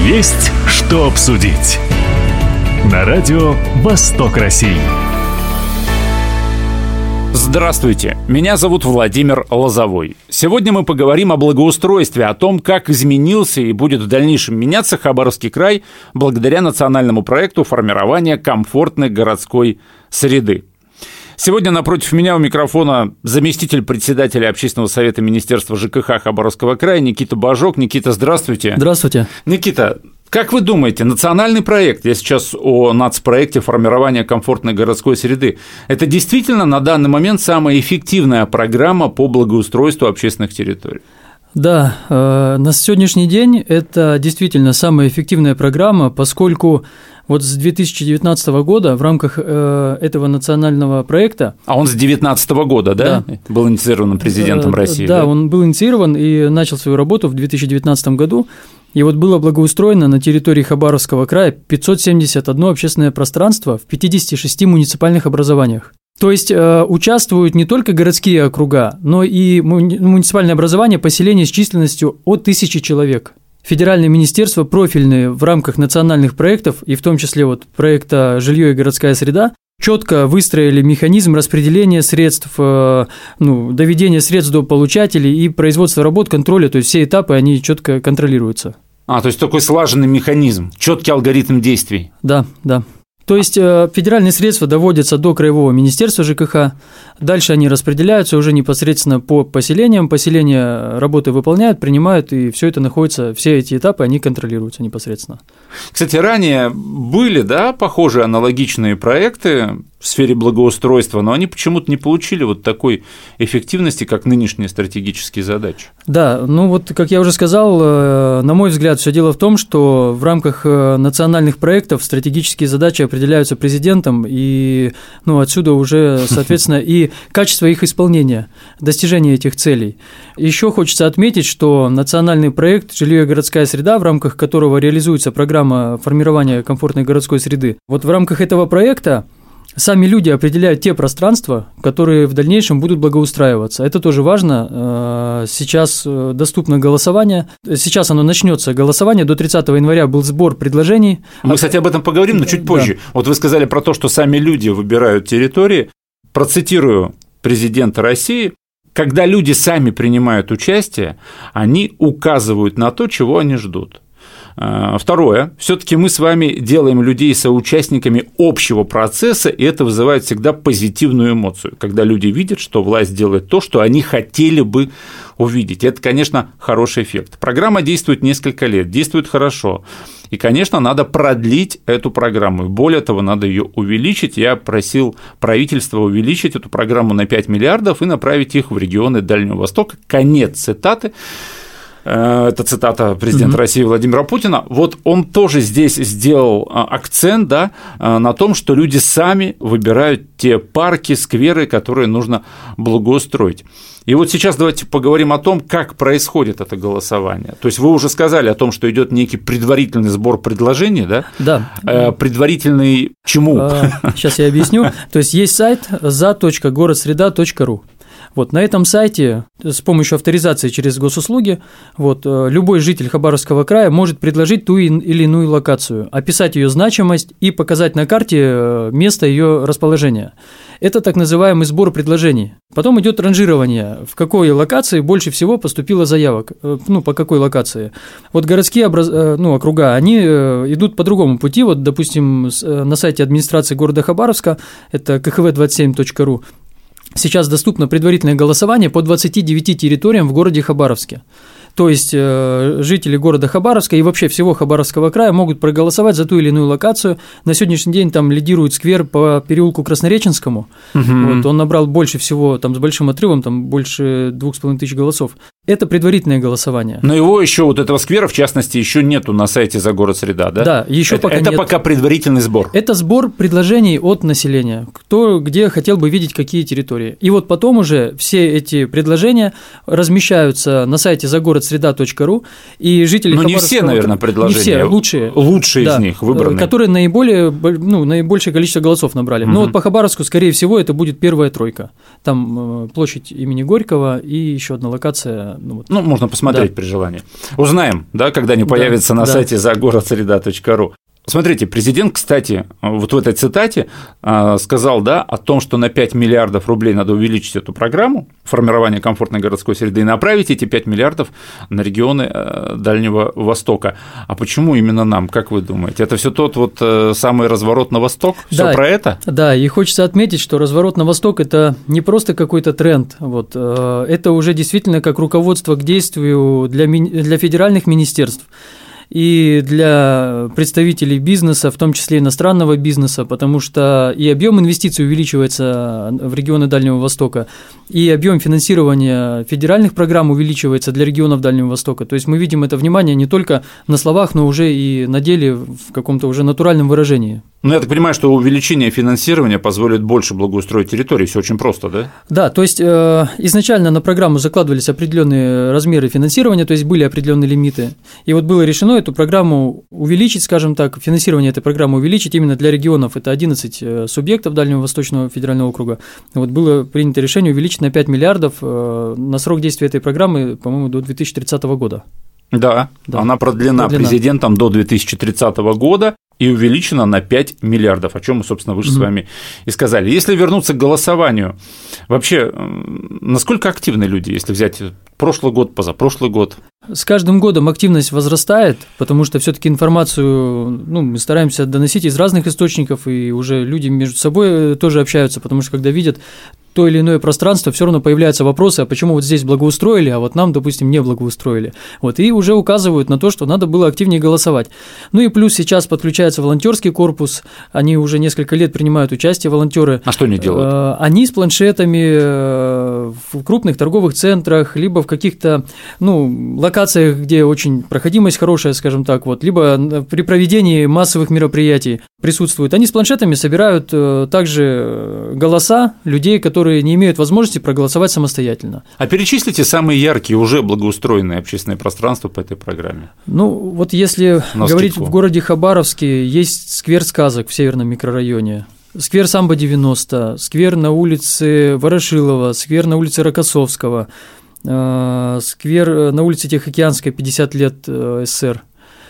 Есть что обсудить. На радио «Восток России». Здравствуйте, меня зовут Владимир Лозовой. Сегодня мы поговорим о благоустройстве, о том, как изменился и будет в дальнейшем меняться Хабаровский край благодаря национальному проекту формирования комфортной городской среды. Сегодня напротив меня у микрофона заместитель председателя Общественного совета Министерства ЖКХ Хабаровского края Никита Божок. Никита, здравствуйте. Здравствуйте. Никита, как вы думаете, национальный проект, я сейчас о нацпроекте формирования комфортной городской среды, это действительно на данный момент самая эффективная программа по благоустройству общественных территорий? Да, на сегодняшний день это действительно самая эффективная программа, поскольку вот с 2019 года в рамках этого национального проекта… А он с 2019 года, да? Был инициирован президентом России? Да, он был инициирован и начал свою работу в 2019 году. И вот было благоустроено на территории Хабаровского края 571 общественное пространство в 56 муниципальных образованиях. То есть участвуют не только городские округа, но и муниципальные образования, поселения с численностью от 1000 человек. Федеральные министерства профильные в рамках национальных проектов, и в том числе вот проекта «Жилье и городская среда», четко выстроили механизм распределения средств, доведения средств до получателей и производства работ, контроля, то есть все этапы, они четко контролируются. То есть такой слаженный механизм, четкий алгоритм действий. Да. То есть федеральные средства доводятся до краевого министерства ЖКХ, дальше они распределяются уже непосредственно по поселениям, поселения работы выполняют, принимают, и все это находится, все эти этапы, они контролируются непосредственно. Кстати, ранее были, похожие аналогичные проекты в сфере благоустройства, но они почему-то не получили вот такой эффективности, как нынешние стратегические задачи. Да, как я уже сказал, на мой взгляд, все дело в том, что в рамках национальных проектов стратегические задачи определяются президентом, и отсюда уже, соответственно, и качество их исполнения, достижения этих целей. Еще хочется отметить, что национальный проект «Жилье и городская среда», в рамках которого реализуется программа формирования комфортной городской среды, вот в рамках этого проекта сами люди определяют те пространства, которые в дальнейшем будут благоустраиваться. Это тоже важно. Сейчас доступно голосование. Сейчас оно начнется, голосование. До 30 января был сбор предложений. Мы, кстати, об этом поговорим, но чуть позже. Да. Вот вы сказали про то, что сами люди выбирают территории. Процитирую президента России. Когда люди сами принимают участие, они указывают на то, чего они ждут. Второе. Все-таки мы с вами делаем людей соучастниками общего процесса, и это вызывает всегда позитивную эмоцию, когда люди видят, что власть делает то, что они хотели бы увидеть. Это, конечно, хороший эффект. Программа действует несколько лет, действует хорошо. И, конечно, надо продлить эту программу. Более того, надо ее увеличить. Я просил правительство увеличить эту программу на 5 миллиардов и направить их в регионы Дальнего Востока. Конец цитаты. Это цитата президента России Владимира Путина. Вот он тоже здесь сделал акцент на том, что люди сами выбирают те парки, скверы, которые нужно благоустроить. И вот сейчас давайте поговорим о том, как происходит это голосование. То есть вы уже сказали о том, что идет некий предварительный сбор предложений, да? Да. Предварительный чему? Сейчас я объясню. То есть есть сайт za.городсреда.ру. Вот на этом сайте с помощью авторизации через госуслуги любой житель Хабаровского края может предложить ту или иную локацию, описать ее значимость и показать на карте место ее расположения. Это так называемый сбор предложений. Потом идет ранжирование, в какой локации больше всего поступило заявок, по какой локации. Вот городские округа, они идут по другому пути. Вот, допустим, на сайте администрации города Хабаровска, это khv27.ru, сейчас доступно предварительное голосование по 29 территориям в городе Хабаровске. То есть жители города Хабаровска и вообще всего Хабаровского края могут проголосовать за ту или иную локацию. На сегодняшний день там лидирует сквер по переулку Краснореченскому. Вот, он набрал больше всего, там, с большим отрывом, там, больше 2500 голосов. Это предварительное голосование. Но его еще, вот этого сквера, в частности, еще нету на сайте «За город среда», да? Да, еще пока нет. Это пока предварительный сбор. Это сбор предложений от населения, кто где хотел бы видеть какие территории. И вот потом уже все эти предложения размещаются на сайте загородсреда.ру, и жители Хабаровского… не все, наверное, предложения. Не все, лучшие. Лучшие из них выбраны. Которые наибольшее количество голосов набрали. Но вот по Хабаровску, скорее всего, это будет первая тройка. Там площадь имени Горького и еще одна локация можно посмотреть при желании. Узнаем, да, когда они появятся на сайте zagorod.sreda.ru. Смотрите, президент, кстати, вот в этой цитате сказал, да, о том, что на 5 миллиардов рублей надо увеличить эту программу формирования комфортной городской среды и направить эти 5 миллиардов на регионы Дальнего Востока. А почему именно нам, как вы думаете? Это все тот вот самый разворот на восток? Все про это? Да, и хочется отметить, что разворот на восток – это не просто какой-то тренд, это уже действительно как руководство к действию для федеральных министерств и для представителей бизнеса, в том числе иностранного бизнеса, потому что и объем инвестиций увеличивается в регионы Дальнего Востока, и объем финансирования федеральных программ увеличивается для регионов Дальнего Востока. То есть мы видим это внимание не только на словах, но уже и на деле в каком-то уже натуральном выражении. Я так понимаю, что увеличение финансирования позволит больше благоустроить территории, все очень просто, да? Да, то есть изначально на программу закладывались определенные размеры финансирования, то есть были определенные лимиты, и вот было решено эту программу увеличить, скажем так, финансирование этой программы увеличить именно для регионов, это 11 субъектов Дальнего Восточного федерального округа, было принято решение увеличить на 5 миллиардов на срок действия этой программы, по-моему, до 2030 года. Да, она продлена президентом до 2030 года и увеличена на 5 миллиардов, о чем мы, собственно, выше с вами и сказали. Если вернуться к голосованию, вообще, насколько активны люди, если взять прошлый год, позапрошлый год? С каждым годом активность возрастает, потому что все-таки информацию мы стараемся доносить из разных источников, и уже люди между собой тоже общаются, потому что когда видят то или иное пространство, все равно появляются вопросы, а почему вот здесь благоустроили, а вот нам, допустим, не благоустроили. И уже указывают на то, что надо было активнее голосовать. И плюс сейчас подключается волонтерский корпус, они уже несколько лет принимают участие, волонтеры. А что они делают? Они с планшетами в крупных торговых центрах, либо в каких-то локациях, где очень проходимость хорошая, скажем так, либо при проведении массовых мероприятий присутствуют. Они с планшетами собирают также голоса людей, которые не имеют возможности проголосовать самостоятельно. А перечислите самые яркие уже благоустроенные общественные пространства по этой программе. Если говорить в городе Хабаровске, есть сквер сказок в Северном микрорайоне, сквер Самбо-90, сквер на улице Ворошилова, сквер на улице Рокоссовского, сквер на улице Тихоокеанской, 50 лет СССР.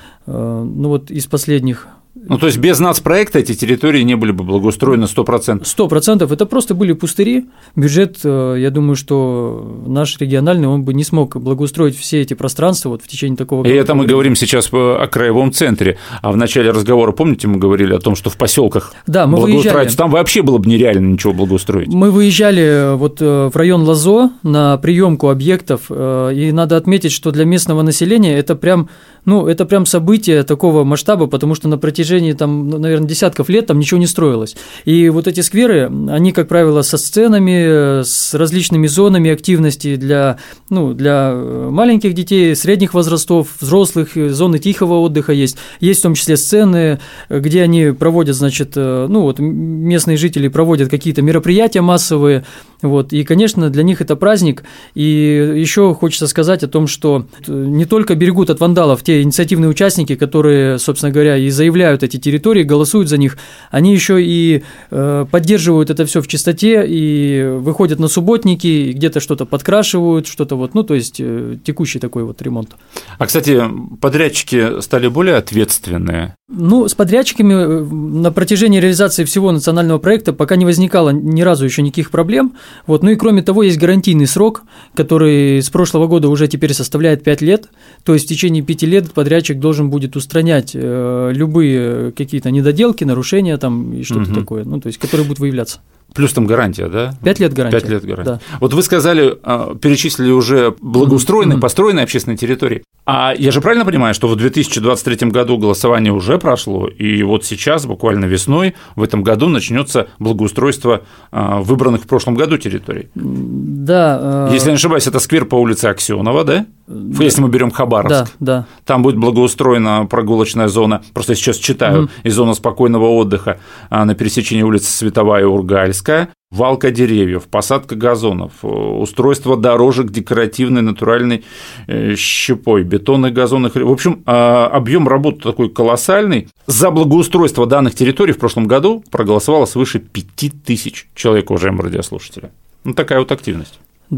Из последних. То есть без нацпроекта эти территории не были бы благоустроены 100%? 100%. Это просто были пустыри. Бюджет, я думаю, что наш региональный, он бы не смог благоустроить все эти пространства в течение такого года. И это мы говорим сейчас о краевом центре. А в начале разговора, помните, мы говорили о том, что в поселках благоустраиваются, там вообще было бы нереально ничего благоустроить. Мы выезжали в район Лозо на приемку объектов, и надо отметить, что для местного населения это прям событие такого масштаба, потому что на протяжении, наверное, десятков лет там ничего не строилось. И эти скверы, они, как правило, со сценами, с различными зонами активности для маленьких детей, средних возрастов, взрослых, зоны тихого отдыха есть. Есть в том числе сцены, где они проводят, местные жители проводят какие-то мероприятия массовые, и, конечно, для них это праздник. И еще хочется сказать о том, что не только берегут от вандалов те инициативные участники, которые, собственно говоря, и заявляют эти территории, голосуют за них, они еще и поддерживают это все в чистоте и выходят на субботники, и где-то что-то подкрашивают, что-то то есть текущий такой ремонт. А, кстати, подрядчики стали более ответственные? С подрядчиками на протяжении реализации всего национального проекта пока не возникало ни разу еще никаких проблем. И кроме того, есть гарантийный срок, который с прошлого года уже теперь составляет 5 лет, то есть в течение 5 лет подрядчик должен будет устранять любые какие-то недоделки, нарушения и что-то такое, то есть которые будут выявляться. Плюс там гарантия, да? 5 лет гарантия. 5 лет гарантия. Да. Вы сказали, перечислили уже благоустроенные, построенные общественные территории. А я же правильно понимаю, что в 2023 году голосование уже прошло, и сейчас, буквально весной, в этом году начнется благоустройство выбранных в прошлом году территорий? Да. Если я не ошибаюсь, это сквер по улице Аксёнова, да? Если мы берем Хабаровск, да. Там будет благоустроена прогулочная зона, просто я сейчас читаю, и зона спокойного отдыха на пересечении улицы Световая и Ургальская, валка деревьев, посадка газонов, устройство дорожек декоративной натуральной щепой, бетонных газонных. В общем, объем работы такой колоссальный. За благоустройство данных территорий в прошлом году проголосовало свыше 5000 человек, уважаемые радиослушатели. Такая активность. Да,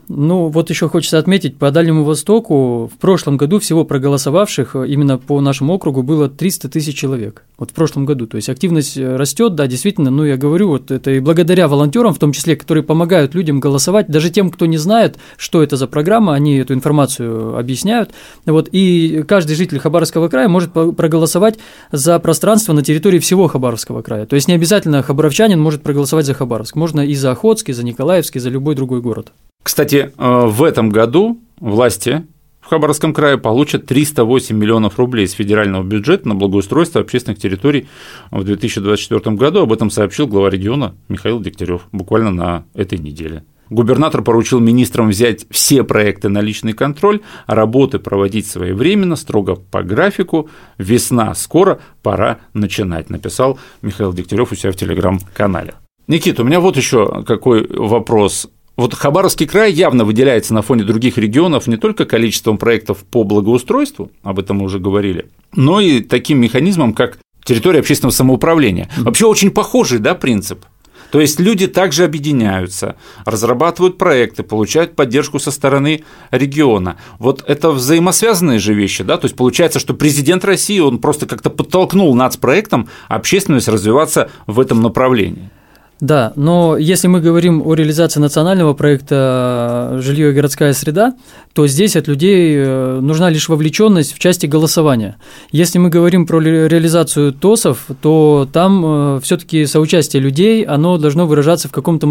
Ну, вот еще хочется отметить, по Дальнему Востоку в прошлом году всего проголосовавших именно по нашему округу было 300 тысяч человек. Вот в прошлом году. То есть активность растет, да, действительно, ну, я говорю, вот это и благодаря волонтерам, в том числе, которые помогают людям голосовать, даже тем, кто не знает, что это за программа, они эту информацию объясняют. Вот, и каждый житель Хабаровского края может проголосовать за пространство на территории всего Хабаровского края. То есть не обязательно хабаровчанин может проголосовать за Хабаровск, можно и за Охотск, и за Николаевск, и за любой другой город. Кстати, в этом году власти в Хабаровском крае получат 308 миллионов рублей с федерального бюджета на благоустройство общественных территорий в 2024 году. Об этом сообщил глава региона Михаил Дегтярев буквально на этой неделе. Губернатор поручил министрам взять все проекты на личный контроль, а работы проводить своевременно, строго по графику. Весна скоро, пора начинать, написал Михаил Дегтярев у себя в телеграм-канале. Никита, у меня вот еще какой вопрос. Вот Хабаровский край явно выделяется на фоне других регионов не только количеством проектов по благоустройству, об этом мы уже говорили, но и таким механизмом, как территория общественного самоуправления. Вообще очень похожий, да, принцип? То есть люди также объединяются, разрабатывают проекты, получают поддержку со стороны региона. Вот это взаимосвязанные же вещи, да? То есть получается, что президент России, он просто как-то подтолкнул нацпроектом общественность развиваться в этом направлении. Да, но если мы говорим о реализации национального проекта «Жилье и городская среда», то здесь от людей нужна лишь вовлеченность в части голосования. Если мы говорим про реализацию ТОСов, то там все-таки соучастие людей, оно должно выражаться в каком-то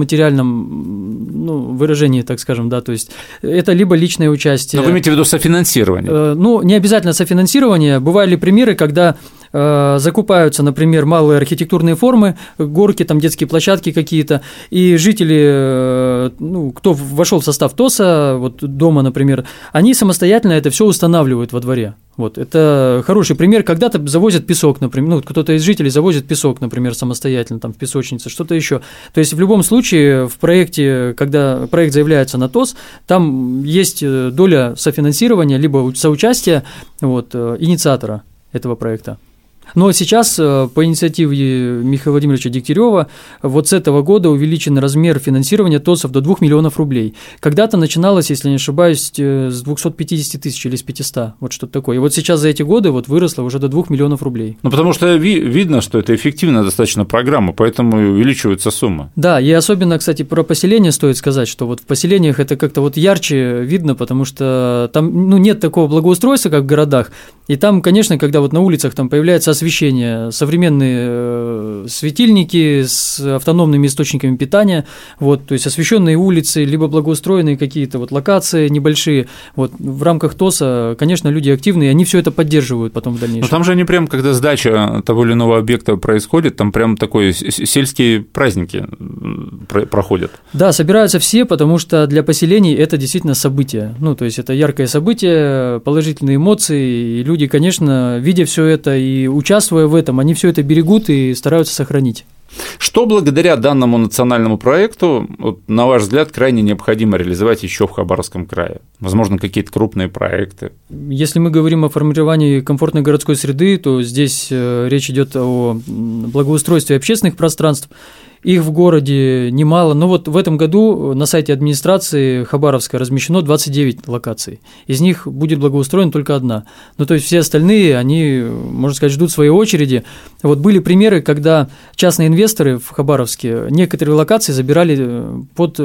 материальном выражении, так скажем, да, то есть это либо личное участие. Но вы имеете в виду софинансирование? Ну, не обязательно софинансирование. Бывали примеры, когда закупаются, например, малые архитектурные формы, горки, там детские площадки какие-то, и жители, кто вошел в состав ТОСа, вот дома, например, они самостоятельно это все устанавливают во дворе. Вот, это хороший пример. Когда-то завозят песок, например, кто-то из жителей завозит песок, например, самостоятельно, там, в песочнице, что-то еще. То есть, в любом случае, в проекте, когда проект заявляется на ТОС, там есть доля софинансирования, либо соучастия инициатора этого проекта. Но сейчас по инициативе Михаила Владимировича Дегтярева вот с этого года увеличен размер финансирования ТОСов до 2 миллионов рублей. Когда-то начиналось, если не ошибаюсь, с 250 тысяч или с 500, вот что-то такое. И вот сейчас за эти годы выросло уже до 2 миллионов рублей. Ну, потому что видно, что это эффективная достаточно программа, поэтому и увеличивается сумма. Да, и особенно, кстати, про поселения стоит сказать, что вот в поселениях это как-то ярче видно, потому что там нет такого благоустройства, как в городах. И там, конечно, когда на улицах там появляется освещение, современные светильники с автономными источниками питания, то есть освещенные улицы, либо благоустроенные какие-то локации небольшие, в рамках ТОСа, конечно, люди активные, они все это поддерживают потом в дальнейшем. Но там же они прям, когда сдача того или иного объекта происходит, там прям такой сельские праздники проходят. Да, собираются все, потому что для поселений это действительно событие, то есть это яркое событие, положительные эмоции, и люди, конечно, видя все это и участвуя в этом, они все это берегут и стараются сохранить. Что благодаря данному национальному проекту, на ваш взгляд, крайне необходимо реализовать еще в Хабаровском крае? Возможно, какие-то крупные проекты? Если мы говорим о формировании комфортной городской среды, то здесь речь идет о благоустройстве общественных пространств. Их в городе немало, но в этом году на сайте администрации Хабаровска размещено 29 локаций. Из них будет благоустроена только одна. То есть все остальные, они, можно сказать, ждут своей очереди. Были примеры, когда частные инвесторы в Хабаровске некоторые локации забирали под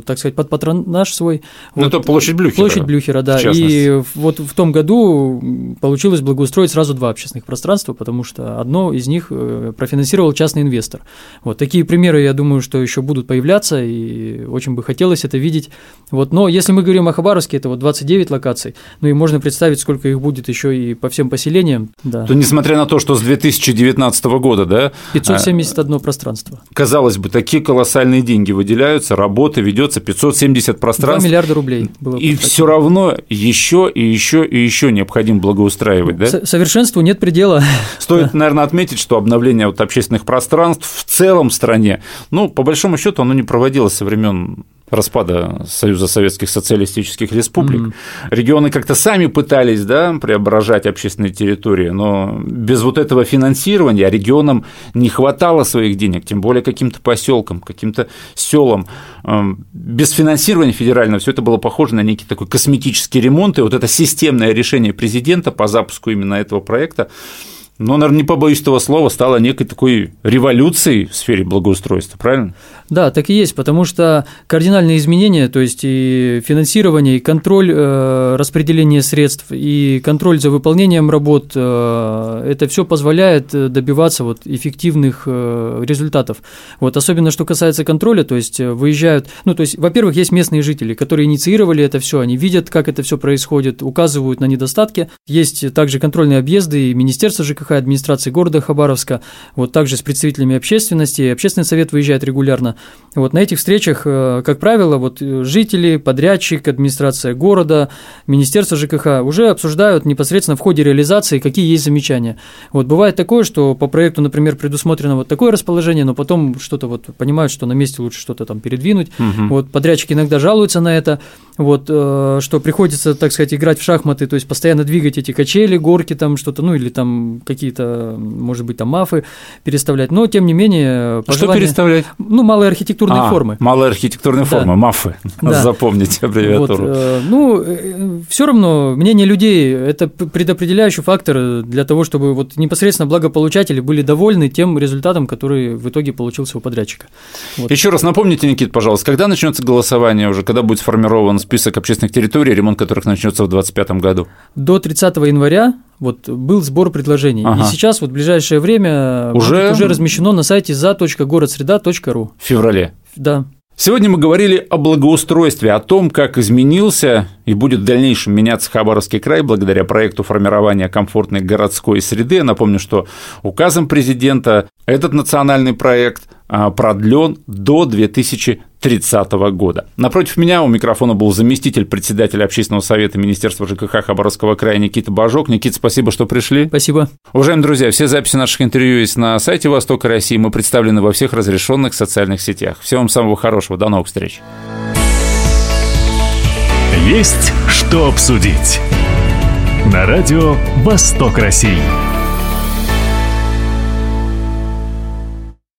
патронаж свой. Это площадь Блюхера. Площадь Блюхера, да. И в том году получилось благоустроить сразу 2 общественных пространства, потому что одно из них профинансировал частный инвестор. Такие примеры, я думаю, что еще будут появляться, и очень бы хотелось это видеть. Но если мы говорим о Хабаровске, это 29 локаций, и можно представить, сколько их будет еще и по всем поселениям. Да. То, несмотря на то, что с 2019 года, да, 571 пространство. Казалось бы, такие колоссальные деньги выделяются, работа ведется, 570 пространств. 2 миллиарда рублей было. И все равно еще необходимо благоустраивать, да? Совершенству нет предела. Стоит, наверное, отметить, что обновление общественных пространств в целом в стране, по большому счету, оно не проводилось со времен распада Союза Советских Социалистических Республик. Регионы как-то сами пытались, да, преображать общественные территории, но без вот этого финансирования регионам не хватало своих денег, тем более каким-то поселкам, каким-то селам. Без финансирования федерального все это было похоже на некий такой косметический ремонт, и вот это системное решение президента по запуску именно этого проекта, но, наверное, не побоюсь этого слова, стало некой такой революцией в сфере благоустройства, правильно? Да, так и есть, потому что кардинальные изменения, то есть и финансирование, и контроль распределения средств, и контроль за выполнением работ, это все позволяет добиваться вот эффективных результатов. Вот, особенно что касается контроля, то есть выезжают, ну, то есть, во-первых, есть местные жители, которые инициировали это все, они видят, как это все происходит, указывают на недостатки. Есть также контрольные объезды и Министерство ЖКХ, администрации города Хабаровска, вот также с представителями общественности, общественный совет выезжает регулярно. Вот на этих встречах, как правило, вот жители, подрядчик, администрация города, Министерство ЖКХ уже обсуждают непосредственно в ходе реализации, какие есть замечания. Вот бывает такое, что по проекту, например, предусмотрено вот такое расположение, но потом что-то вот понимают, что на месте лучше что-то там передвинуть. Вот подрядчики иногда жалуются на это, вот, что приходится, так сказать, играть в шахматы, то есть постоянно двигать эти качели, горки там что-то, ну или там какие-то, может быть, там мафы переставлять, но тем не менее… Что переставлять? Ну, малые архитектурные формы. Малые архитектурные формы, мафы, запомните аббревиатуру. Вот, ну, все равно мнение людей – это предопределяющий фактор для того, чтобы вот непосредственно благополучатели были довольны тем результатом, который в итоге получился у подрядчика. Вот. Еще раз напомните, Никит, пожалуйста, когда начнется голосование уже, когда будет сформирован список общественных территорий, ремонт которых начнется в 2025 году? До 30 января вот был сбор предложений, и сейчас вот в ближайшее время уже размещено на сайте za.городсреда.ру. В феврале? Да. Сегодня мы говорили о благоустройстве, о том, как изменился и будет в дальнейшем меняться Хабаровский край благодаря проекту формирования комфортной городской среды. Я напомню, что указом президента этот национальный проект продлен до 2030 года. Напротив меня у микрофона был заместитель председателя Общественного совета Министерства ЖКХ Хабаровского края Никита Божок. Никита, спасибо, что пришли. Спасибо. Уважаемые друзья, все записи наших интервью есть на сайте Востока России. Мы представлены во всех разрешенных социальных сетях. Всего вам самого хорошего. До новых встреч. Есть что обсудить. На радио «Восток России».